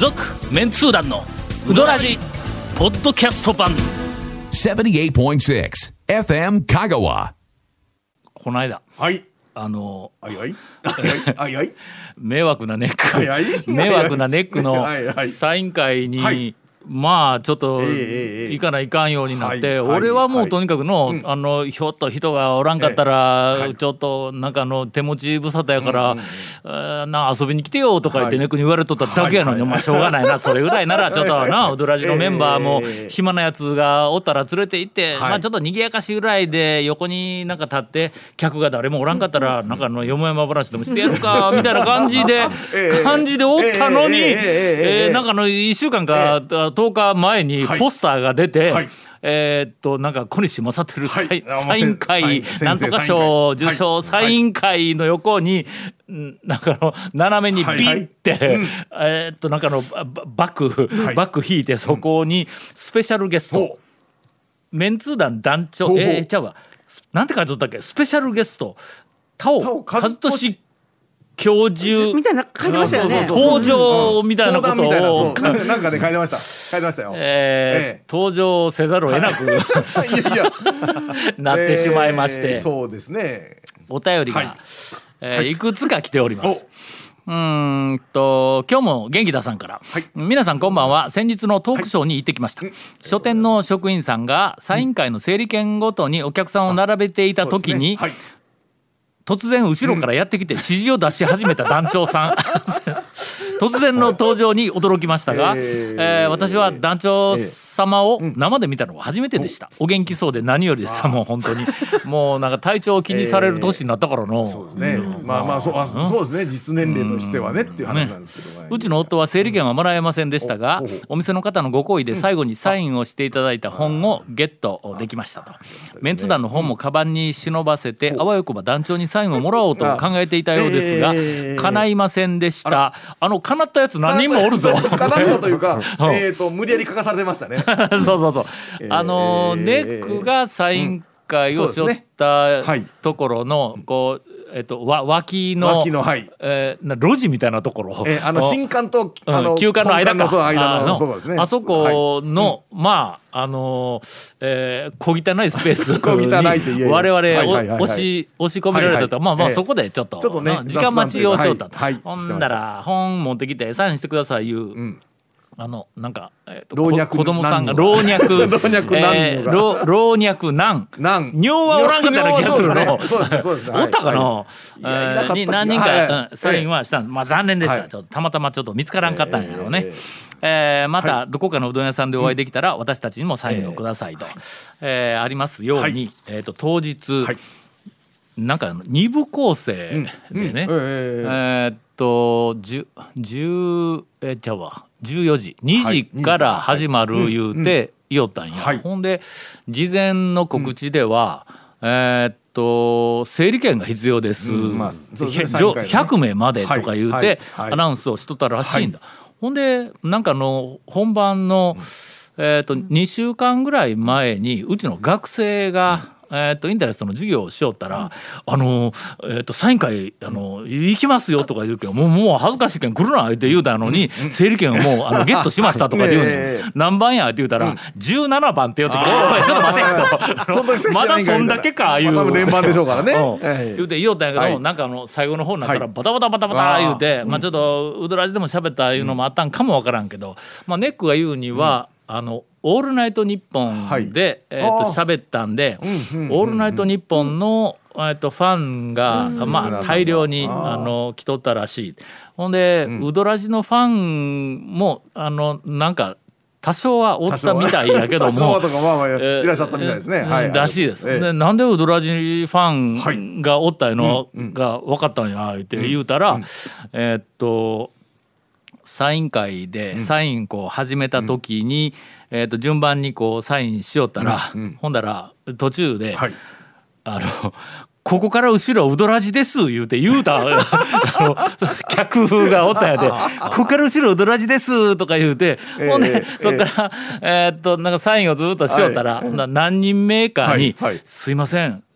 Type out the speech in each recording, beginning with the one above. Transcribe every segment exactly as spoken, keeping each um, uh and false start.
続メンツー団のウドラジポッドキャスト版ななじゅうはちてんろく エフエム 香川。 この間はいあのはいはいはいはい迷惑なネックはいはい迷惑なネックのはいはいサイン会に、 はいまあちょっとええええ行かないかんようになって、 はいはい俺はもうとにかくの、 うんあのひょっと人がおらんかったら、 ええはいちょっとなんかあの手持ち無沙汰やから、あーな遊びに来てよとか言ってネックに言われとっただけやのに、 はいまあしょうがないなそれぐらいならちょっとなウドラジのメンバーもええ暇なやつがおったら連れて行って、 はいまあちょっと賑やかしぐらいで横になんか立って客が誰もおらんかったら、なんかあのよもやま話でもしてやるかみたいな感じでええ感じでおったのに、 えええええええーなんかあのいっしゅうかんかとおかまえにはいポスターが出て、 はいえーっとなんか小西正輝サイ,、 はいサイン会サイン先生なんとか賞受サイン会賞サイン会の横に、んなんかあの斜めにビッて、 はいはいうんえーっとなんかあのババック、 はいバック引いてそこにスペシャルゲスト、 ほうメンツー団団長ほうほうえー、ちゃうわなんて書いてあったっけスペシャルゲスト田尾田尾和和俊俊教授みたいな書いてましたよね。 そうそうそう登場みたいなこと登壇みたいなをそうなんかなんかね書いてました書いてましたよ、 えーええ登場せざるを得なく、 いやいやなってしまいまして、 えーそうですねお便りが、 はいいえーいくつか来ております。うーんと今日も元気ださんから、 はい皆さんこんばんは。先日のトークショーに行ってきました、書店の職員さんがサイン会の整理券ごとにお客さんを並べていた時に、 そうですね突然後ろからやってきて指示を出し始めた団長さん突然の登場に驚きましたが、ええーー私は団長様を生で見たのは初めてでした。お元気そうで何よりでさ、もう本当にもうなんか体調を気にされる年になったからの、 はいそうですね、まあまあそうあそうですね実年齢としてはねっていう話なんですけど、 うちの夫は整理券はもらえませんでしたが、 おほうほうお店の方のご好意で最後にサインをしていただいた本をゲットできましたと。メンツ団の本もカバンに忍ばせて、あわよくば団長にサインをもらおうと考えていたようですが、 えー叶いませんでした。あの叶ったやつ何人もおるぞかなったというかうんえーと無理やり書かされてましたねそうそうそう、 えーあのネえーックがサイン会をしょっうんそうですねたはいところのこうえっとわ脇の脇のはいえーな路地みたいなところ、 えーあの新館とうんあの休館の間か本館のそう間あのところですねあそこの、まああのーえー小汚いスペース小汚いって言えよ我々、 はいはいはいはいお押し押し込められたと、 はいはいまあまあ、 ええそこでちょっとちょっとねな時間待ちをしよったと、 はいはいほんだら本持ってきてサインしてくださいいう、 んあのなんか、えーと老若こ子供さんが男老若老若男女がえー老老若男なん尿はおらんかったような気がするの。 そうですねそうですねおったかな、 はいいやいなかった気がに何人か、 はいはいうんサインはしたん、まあ残念でした、 はいちょっとたまたまちょっと見つからんかったんやろうね。 ええーまたどこかのうどん屋さんでお会いできたら、私たちにもサインをくださいと、えーありますように、 はいえー、と当日、 はいなんかに部構成でね、 うんうんえええーっとじゅうえーちゃうわじゅうよじにじから始まる言うて言おったんや、 はいほんで事前の告知では、えーっと整理券が必要です、 うんまあそうですねひゃサイン会ねひゃくめいまでとか言うて、 はいはいはいアナウンスをしとったらしいんだ、ほんでなんかあの本番の、えーっとにしゅうかんぐらい前にうちの学生が、えー、とインタレストの授業をしよったら、あのーえー、とサイン会あの行きますよとか言うけど、もうもう恥ずかしいけん来るなって言うたのに、整理券をもうあのゲットしましたとか言うねん、 ねえ何番やって言うたら、じゅうななばんって言うて、おいちょっと待てそんだけとまだそんだけか言う、 まあ多分連番でしょうからねうんええ言うて言おったんやけど、 はいなんかあの最後の方になったらはいバタバタバタバタ言うて、 あーまあちょっとうどらじでも喋ったいうのもあったんかもわからんけど、まあネックが言うには、あのオールナイトニッポンで、えー、とあー喋ったんで、 うんうんうんオールナイトニッポンの、えー、とファンが、まあ、大量にあーあの来とったらしい。ほんで、うどらじのファンもあのなんか多少はおったみたいやけど多少もはとかまあまあいえーらっしゃったみたいですね、 うんはいらしいです、 ええでなんでウドラジファンがおったのが分かったんやって言うたら、えーっとサイン会でサインこう始めた時に、えーっと順番にこうサインしよったら、ほんだら途中で、 はいあのここから後ろウドラジです言うて言うたあの客風がおったんやでここから後ろウドラジですとか言うて、 えーほんで、 えーそっから、えーっとなんかサインをずっとしよったら、な何人目かに、 はいはいすいません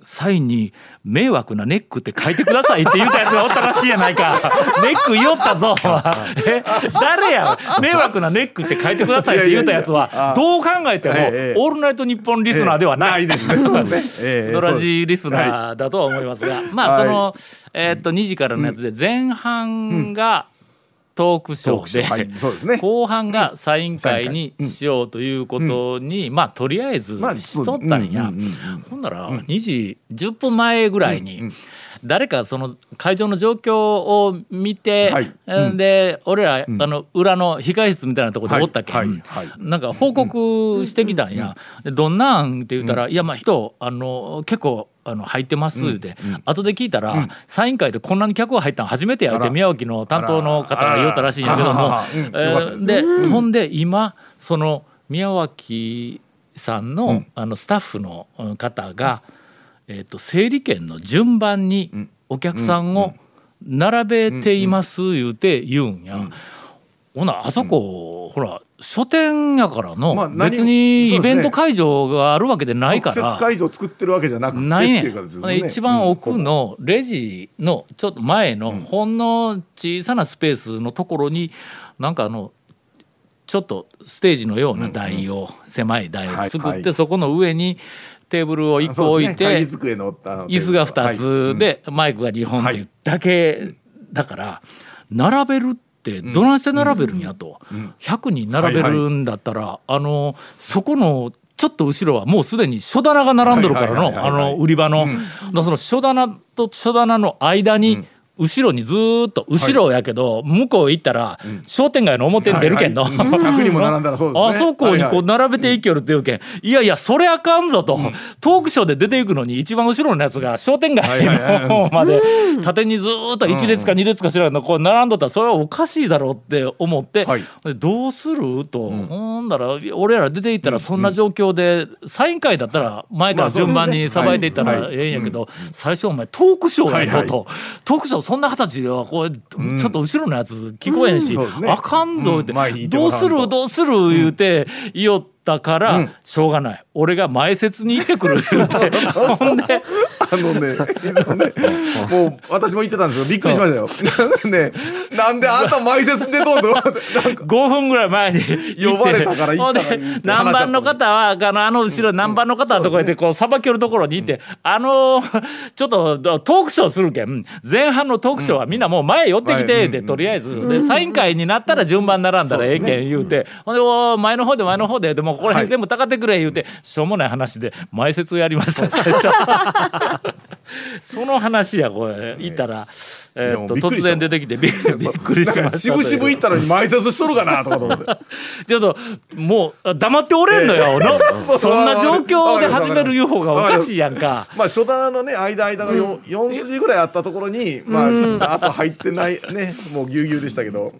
サインに迷惑なネックって書いてくださいって言ったやつがおったらしいやないかネック言おったぞえ誰や迷惑なネックって書いてくださいって言ったやつはどう考えてもオールナイトニッポンリスナーではない、 えー、ないですねそうですね、えー、 ドラジリスナーだとは思いますが、はい、まあその、えー、っとにじからのやつで前半がトークショー で, ー、はい、そうですね、 後半がサイン会にしようということに、うん、まあとりあえずしとったんや、まあうんうんうん、ほんならにじじゅっぷんまえぐらいに、うんうん、誰かその会場の状況を見て、はいうん、で俺ら、うん、あの裏の控室みたいなところでおったけん、はいはいはい、なんか報告してきたんや、うん、どんなんって言ったら、うん、いやまあ人あの結構あの入ってますって、うんうん、後で聞いたら、うん、サイン会でこんなに客が入ったの初めてやって宮脇の担当の方が言おったらしいんやけども、えー、で、うん、ほんで今その宮脇さんの、うん、あのスタッフの方が、えー、と整理券の順番にお客さんを並べています言うて言うんや、うんうん、ほなあそこ、うん、ほら書店やからの、まあ、別にイベント会場があるわけでないから、 特設会場作ってるわけじゃなくてないね、 っていうかですよね、 一番奥のレジのちょっと前のほんの小さなスペースのところになんかあのちょっとステージのような台を、うんうん、狭い台を作って、はいはい、そこの上にテーブルをいっこ置いて、ね、椅子がふたつで、はい、マイクがにほんっていうだけだから、並べるってどないして並べるんやと、うんうん、ひゃくにん並べるんだったら、はいはい、あのそこのちょっと後ろはもうすでに書棚が並んどるからの、あの売り場の、うん、その書棚と書棚の間に、うん後ろにずっと後ろやけど、はい、向こう行ったら、うん、商店街の表に出るけんの、はいはい、ひゃくにんも並んだらそうですね、あそこにこう並べていけるっていうけん、はいはい、いやいやそれあかんぞと、うん、トークショーで出ていくのに一番後ろのやつが商店街の方まで縦にずっといち列かに列かしらのこう並んどったらそれはおかしいだろうって思って、はい、どうすると、うん、ほんだら俺ら出ていったらそんな状況で、うん、サイン会だったら前から順番にさばいていったらええんやけど、最初お前トークショーやぞと、はいはい、トークショーそんな形ではこうちょっと後ろのやつ聞こえんし、うんね、あかんぞって、うん、どうするどうする言うて言おったから、うん、しょうがない俺が前説に行ってくる言うてほんであのね、もう私も言ってたんですよ、びっくりしましたよね、なんであんた前説でどうぞごふんぐらい前に呼ばれたから行ったらいいって何番の方はあのあの後ろ何番の方のところでこうさばけるところにいて、あのちょっとトークショーするけん前半のトークショーはみんなもう前寄ってきてで、とりあえずでサイン会になったら順番並んだらええけん言うて、ほんでお前の方で前の方ででもここら辺全部たかってくれ言うて、しょうもない話で前説をやりました最初その話やこれ言ったら、えー、っと突然出てきてびっくりしました渋々行ったのに前説しとるかなとかと思ってちょっともう黙っておれんのよ、えー、そんな状況で始めるいう方がおかしいやんか。 まあ初棚のね間間が 4, 4筋ぐらいあったところに、まあ、あと入ってないねもうぎゅうぎゅうでしたけど、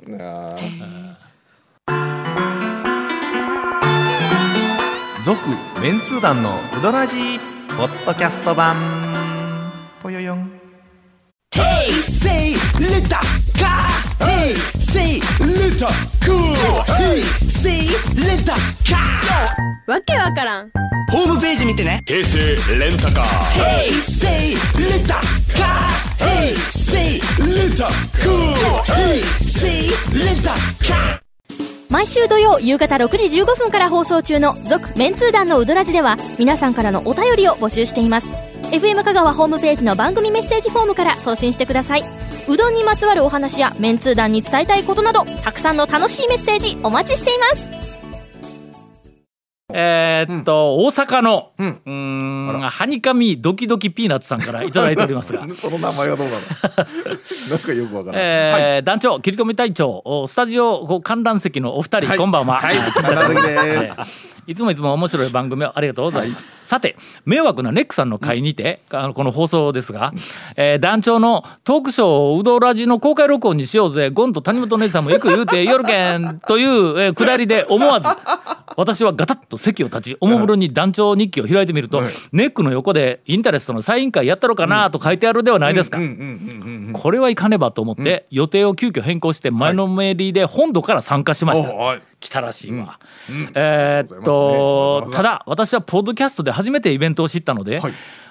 続メンツー団のウドラジポッドキャスト版ぽよよん。 Hey, say, let that car. Hey, say, let that cool. Hey, say, let that car. わけわからん。 ホームページ見てね。平成レンタカー。Hey, say, let that car. Hey, say, let that cool. Hey, say, let that car. 毎週土曜夕方ろくじじゅうごふんから放送中の続メンツー団のウドラジでは皆さんからのお便りを募集しています。 エフエム 香川ホームページの番組メッセージフォームから送信してください。うどんにまつわるお話やメンツー団に伝えたいことなどたくさんの楽しいメッセージお待ちしています。 えー、っと、うん、大阪の、うん、うーんはにかみドキドキピーナッツさんからいただいておりますがその名前はどうなのなんかよくわからない、 えーはい、団長切り込み隊長スタジオ観覧席のお二人、はい、こんばんは。 はい、はい、です。 いつもいつも面白い番組をありがとうございます、はい、さて迷惑なネックさんの会にて、うん、あのこの放送ですが、えー、団長のトークショーをうどラジの公開録音にしようぜゴンと谷本姉さんもよく言うてよるけんという、えー、くだりで思わず私はガタッと席を立ちおもむろに団長日記を開いてみると、はい、ネックの横でインタレストのサイン会やったろかなと書いてあるではないですか。これはいかねばと思って、うん、予定を急遽変更して前のめりで本土から参加しました、はい、来たらしいわ、うんうん、えー、っと、ね、ただ私はポッドキャストで初めてイベントを知ったので、はい、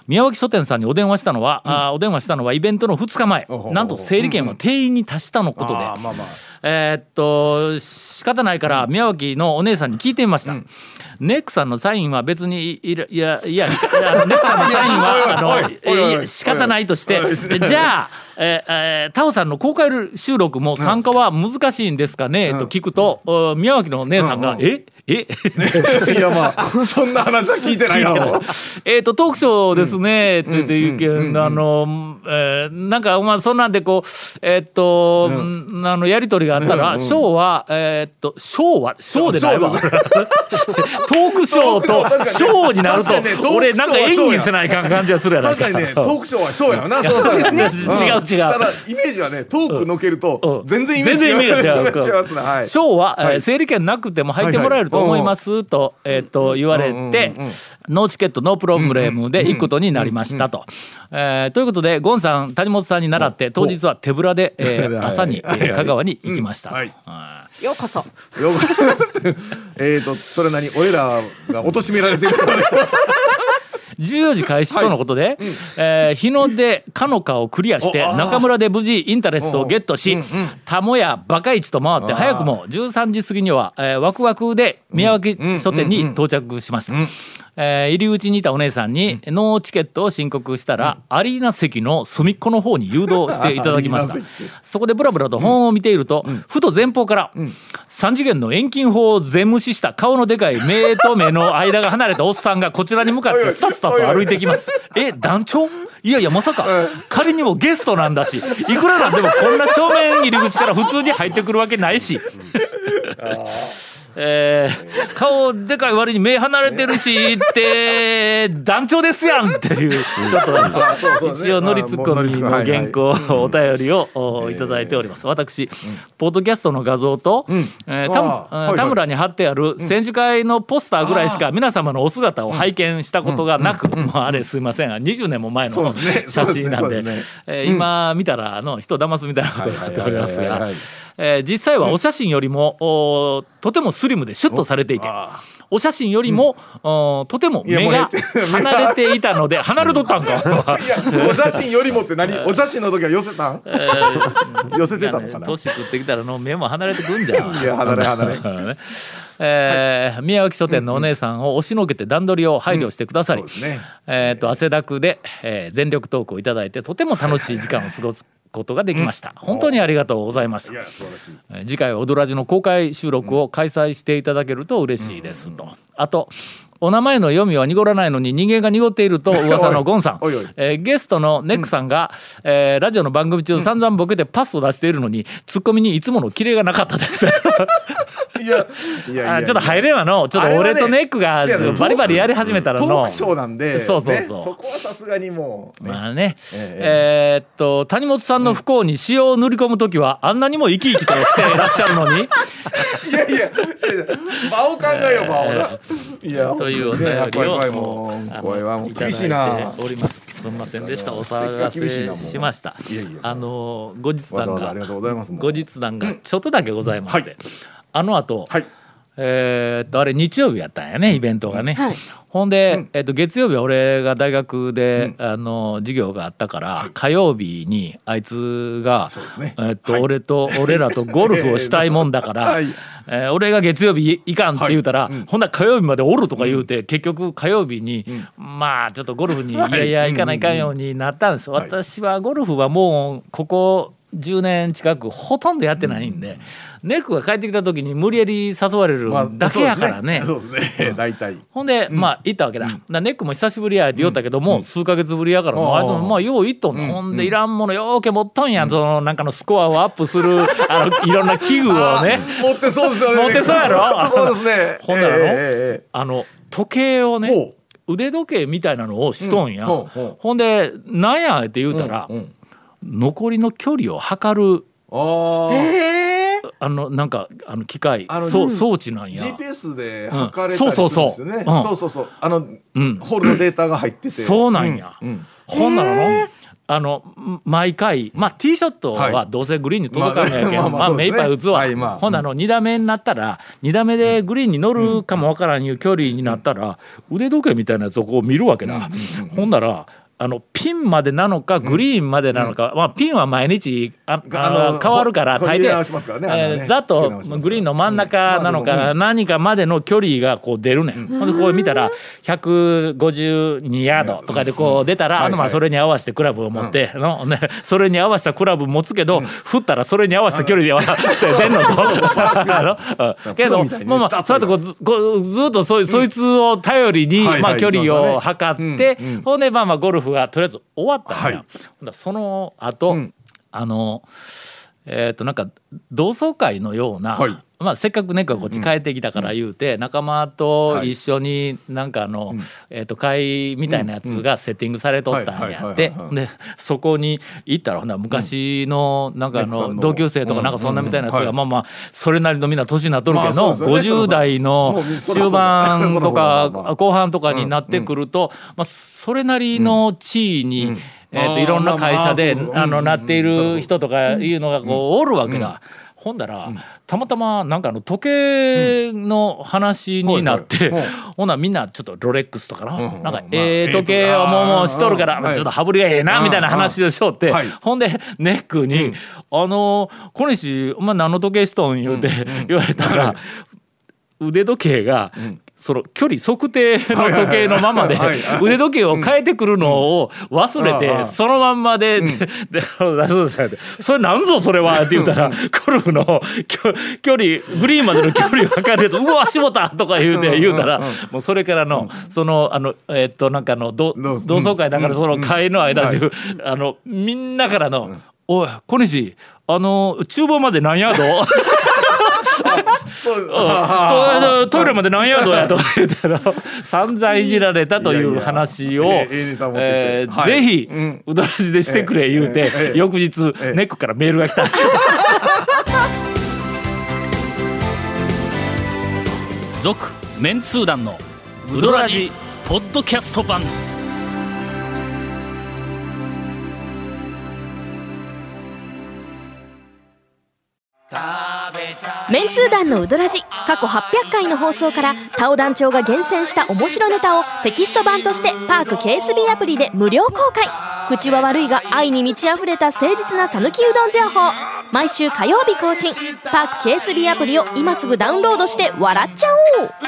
宮脇書店さんにお電話したのは、うん、あお電話したのはイベントのふつかまえ、うん、なんと整理券は定員に達したのことで、うんうんあまあまあ、えー、っと仕方ないから宮脇のお姉さんに聞いてみました、うん、ネックさんのサインは別にいやいやいやネックさんのサインはあの仕方ないとしてじゃあえーえー、タオさんの公開収録も参加は難しいんですかね、うん、と聞くと、うん、宮脇の姉さんが、うんうん、ええいやまあそんな話は聞いてないのえっとトークショーですね、うん、って言うけどあの、えー、なんかまあそんなんでこうえー、っと、うん、あのやり取りがあったら、うんうん、ショーはえー、っとショーはショーでないわトークショーとショーになると、ね、俺なんか演技せないかん感じがするやろ。 確かにねトークショーはショーやろなそうそうそう、ね、違う違う。 ただイメージはねトークのけると全然イメージが違いますね。はい、 ショーは、はい、整理券なくても入ってもらえると思います、はいはい、と、えー、と言われて、うんうんうん、ノーチケットノープロブレムで行くことになりましたと、うんうんうんえー、ということでゴンさん谷本さんに習って当日は手ぶらで、えー、朝に、えー、香川に行きました、はいはい、 ようこそようこそえーとそれなに俺らが貶められてるからねじゅうよじ開始とのことで、はいうんえー、日の出かのかをクリアして中村で無事インタレストをゲットし、田母屋バカ市と回って早くもじゅうさんじ過ぎには、えー、ワクワクで宮脇書店に到着しました、えー、入り口にいたお姉さんにノーチケットを申告したら、アリーナ席の隅っこの方に誘導していただきましたそこでブラブラと本を見ていると、ふと前方からさん次元の遠近法を全無視した顔のでかい目と目の間が離れたおっさんがこちらに向かってスタスタと歩いてきますえ団長いやいやまさか仮にもゲストなんだしいくらなんでもこんな正面入り口から普通に入ってくるわけないしえー、顔でかい割に目離れてるしって団長ですやんっていうちょっと一応乗りツッコミの原稿お便りをいただいております。私ポッドキャストの画像と田村に貼ってある選手会のポスターぐらいしか皆様のお姿を拝見したことがなく、もうあれすいませんにじゅうねんも前の写真なんで今見たらあの人騙すみたいなことになっておりますが、えー、実際はお写真よりも、うん、とてもスリムでシュッとされていて、お写真よりも、うん、とても目が離れていたので離れとったんかいやお写真よりもって何お写真の時は寄せたん、えー、寄せてたのかな。 年食ってきたらの目も離れてくんじゃんいや離れ離れえーはい、宮脇書店のお姉さんを押しのけて段取りを配慮してくださり、うんねえー、と汗だくで、えー、全力トークをいただいてとても楽しい時間を過ごすことができました、うん、本当にありがとうございました。次回はオドラジの公開収録を開催していただけると嬉しいですと、うん、あとお名前の読みは濁らないのに人間が濁っていると噂のゴンさんおいおい、えー、ゲストのネックさんが、うんえー、ラジオの番組中散々ボケてパスを出しているのにツッコミにいつものキレがなかったですいやいやいやちょっと入れはのちょっと俺とネックがバリバリやり始めたらのトークショーなんでそうそうそう、 ね、そこはさすがにもう、 ね、まあねえー、えー、っと谷本さんの不幸に塩を塗り込むときはあんなにも生き生きとしていらっしゃるのにいやいや場を考えよう場をな、えー、いやというお便りを、 ね、もう声はもう厳しいなおります。すみませんでした。お騒がせしました。いやいやあの後日談が後日談がちょっとだけございまして、うんはい、あの後、はい、えー、っとあれ日曜日やったんやねイベントがね、はい、ほんで、うんえー、っと月曜日は俺が大学で、うん、あの授業があったから、はい、火曜日にあいつが、ねえー、っとはい、俺と俺らとゴルフをしたいもんだから、はいえー、俺が月曜日いかんって言うたら、はいうん、ほんなら火曜日までおるとか言うて、うん、結局火曜日に、うん、まあちょっとゴルフにいやいや行かないかんようになったんです、はい、私はゴルフはもうここじゅうねん近くほとんどやってないんで、うん、ネックが帰ってきた時に無理やり誘われるだけやからね、 まあ、そうですね、大体ほんで、うん、まあ行ったわけだ、うん、だネックも久しぶりやって言ったけども、うん、数ヶ月ぶりやから、うん、あいつもまあよう行っとんの、うん、ほんでいらんものようけ持っとんやん、うん、そのなんかのスコアをアップするあのいろんな器具をね持ってそうですよね持ってそうやろそうですねほんならの、えー、あの時計をね腕時計みたいなのをしとんや、うん、ほんでなんやって言うたら、うんうん、残りの距離を測るあえー、あのなんかあの機械あのそう装置なんやジーピーエス で測れたりするんですよね、うん、そうそうそうあの、うん、ホールのデータが入っててそうなんや、うんうん、ほんならのあの毎回、まあ、ティーショットはどうせグリーンに届かんのやけど、まあ、目いっぱい打つわ、はいまあ、ほんであのに打目になったらに打目でグリーンに乗るかもわからんいう距離になったら腕時計みたいなやつをこう見るわけだ、ほんならあのピンまでなのかグリーンまでなのか、うんまあ、ピンは毎日ああ変わるから大抵ざっとグリーンの真ん中なのか何かまでの距離がこう出るねん、うん、ほんでこう見たらひゃくごじゅうにヤードとかでこう出たら、うん、あとまあそれに合わせてクラブを持って、うんのね、それに合わせたクラブ持つけど、うん、振ったらそれに合わせた距離で出んのとけどまあまあそうやってこう ず, こうずっと そ, そいつを頼りに、うんまあ、距離を測って、うんうん、ほんでまあまあゴルフがとりあえず終わったんだよ、はい、その後、うん、あのえっ、ー、となんか同窓会のような、はいまあ、せっかく猫がこっち帰ってきたから言うて、うん、仲間と一緒になんかあの、はいえー、と会みたいなやつがセッティングされとったんやってでそこに行ったらほんな昔のなんかあの同級生とかなんかそんなみたいなやつがまあまあそれなりのみんな年になっとるけどごじゅう代の中盤とか後半とかになってくるとまあそれなりの地位にえー、といろんな会社であのなっている人とかいうのがこうおるわけだ。ほんだら、うん、たまたまなんかあの時計の話になって、うんはいはい、ほんならみんなちょっとロレックスとかな、うん、なんかええ時計をもうもうしとるから、うん、ちょっと羽振りがええなみたいな話をしとって、はい、ほんでネックに、うん、あの小西お前何の時計しとん言うて、うん、言われたら、うん、腕時計が、うんその距離測定の時計のままで腕時計を変えてくるのを忘れてそのまんまでそれなんぞそれはって言ったらゴルフの距離グリーンまでの距離を測るとうわ絞ったとか言うて言うたらもうそれからのそのあのえっとなんかの同窓会だからその会の間中あのみんなからのおい小西あの厨房まで何ヤードトイレまで何ヤードやと言ったら散々いじられたという話をぜひうどらじでしてくれ言うて翌日ネックからメールが来た続メンツー団のうどらじポッドキャスト版メンツー団のうどらじ過去はっぴゃっかいの放送からタオ団長が厳選した面白ネタをテキスト版としてパーク ケーエスビー アプリで無料公開。口は悪いが愛に満ち溢れた誠実な讃岐うどん情報毎週火曜日更新。パーク ケーエスビー アプリを今すぐダウンロードして笑っちゃおう。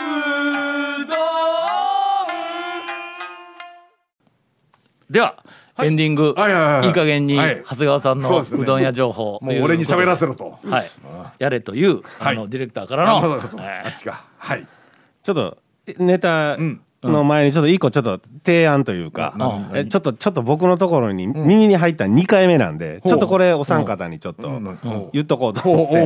ではエンディング、はいはいはいはい、いい加減に長谷川さんのうどん屋情報、 ね、もう俺に喋らせろと、 はい、やれという、はい、あのディレクターからの、 あ, あっちか、はい、 ちょっとネタの前にちょっと一個ちょっと提案というか、うん、えちょっとちょっと僕のところに耳に入ったにかいめなんで、うん、ちょっとこれお三方にちょっと言っとこうと思って、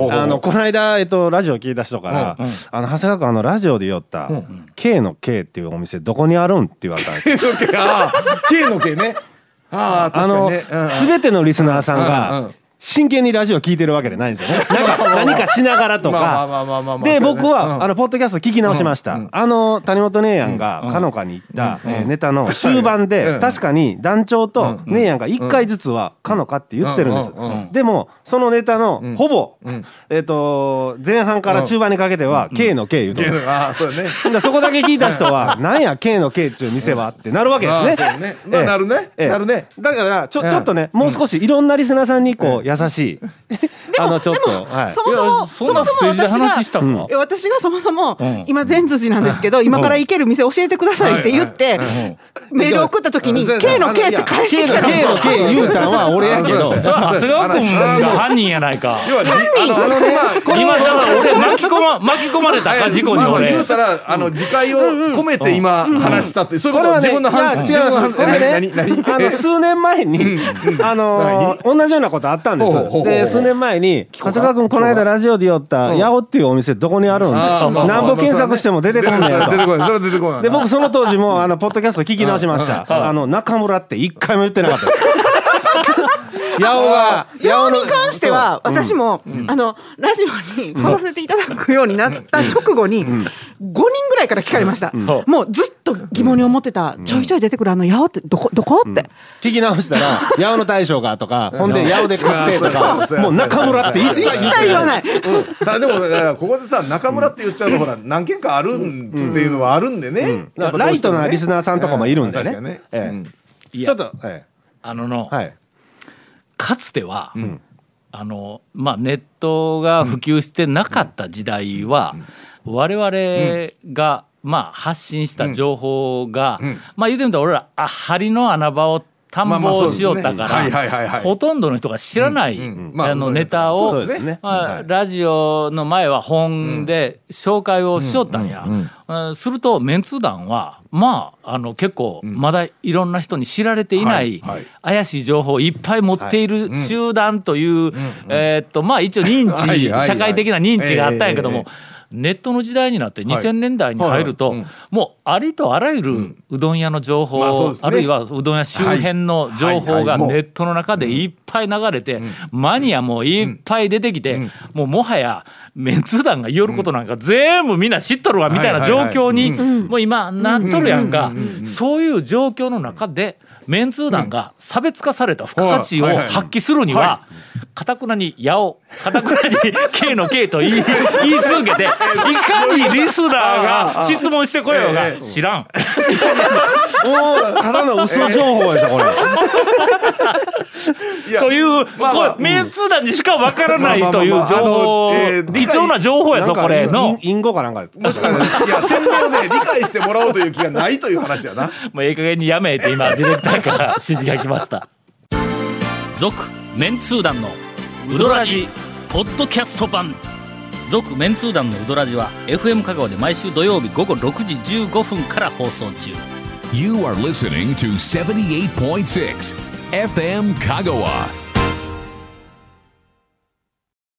あのこの間えっとラジオ聞いた人から、うんうん、あの長谷川君あのラジオで言った、うん、K の K っていうお店どこにあるんって言われたんですよ。 K の K ね。ああ、確かにね。 あの全てのリスナーさんが、うんうん、真剣にラジオ聞いてるわけじゃないんですよね。なんか何かしながらとかで僕はあのポッドキャスト聞き直しました、うんうん、あの谷本姉やんがかのかに行った、うんうんえー、ネタの終盤で、うん、確かに団長と姉やんがいっかいずつはかのかって言ってるんです、うんうん、でもそのネタのほぼ、うんえー、と前半から中盤にかけては K の K 言うと、うんうん、あそうね、そこだけ聞いた人はなんや K の K っちゅう店はってなるわけですね。 そうね、まあ、なるね、えー、なるね。 だからちょ、ちょっとねもう少しいろんなリスナーさんにこう優しいでも、でも、はい、そもそもそもそも私が、うん、私がそもそも、うん、今善辻なんですけど、うん、今から行ける店教えてくださいって言って、うん、メール送った時に K の K って返してきたの。 K の K 言うたんは俺やけど、 それは長谷川君が犯人やないか。要はあのね、今だから俺巻き込ま巻き込まれたか事故に俺。 まあ、言うたらあの自戒を込めて今話したって、そういうこと自分の反省。 違います。これね、あの数年前にあの同じようなことあったんです。で数年前に長谷川君この間ラジオで言った八尾っていうお店どこにあるんで何ぼ検索しても出てこないと。で僕その当時もあのポッドキャスト聞き直しました。あの中村って一回も言ってなかったです。 八尾が八尾に関しては私も、うん、あのラジオに来させていただくようになった直後にごにんぐらいから聞かれました、うん、もうずっと疑問に思ってた、うん、ちょいちょい出てくるあの八尾ってどこどこって、うん、 聞き直したら八尾の大将がとかほんで八尾で買ってとかもう中村って一切言わない、 うん、ただでもここでさ中村って言っちゃうとほら何件かあるっていうのはあるんでね、うんうん、ライトなリスナーさんとかもいるんでね、ねええうんいやちょっと、ええ、あのの、はい、かつては、うん、あのまあネットが普及してなかった時代は、うん、我々が、うん、まあ発信した情報が、うん、まあ言うてみたら俺らあ針の穴場を探訪しよったからほとんどの人が知らない、うんうんあのネタを、ねまあ、ラジオの前は本で紹介をしよったんや、うんうん、するとメンツ団はまあ、あの結構まだいろんな人に知られていない怪しい情報をいっぱい持っている集団というえっとまあ一応認知社会的な認知があったんやけどもネットの時代になってにせんねんだいに入るともうありとあらゆるうどん屋の情報あるいはうどん屋周辺の情報がネットの中でいっぱい流れてマニアもいっぱい出てきてもうもはやメンツ団が言おることなんか全部みんな知っとるわみたいな状況にもう今なっとるやんか。そういう状況の中でメンツ団が差別化された付加価値を発揮するにはかたくなに八尾かたくなに K の K と言い, 言い続けていかにリスナーが質問してこようが知らんおただの嘘情報でしたこれという、まあまあ、メンツ団にしかわからないという情報貴重な情報やぞこれの隠語かなんかですもしかしたらいや店名をね理解してもらおうという気がないという話やなもうええ加減にやめって今ディレクターから指示が来ました続メンツー団のウドラジポッドキャスト版続メンツー団のウドラジは エフエム 香川で毎週土曜日午後ろくじじゅうごふんから放送中 You are listening to seventy-eight point six エフエム 香川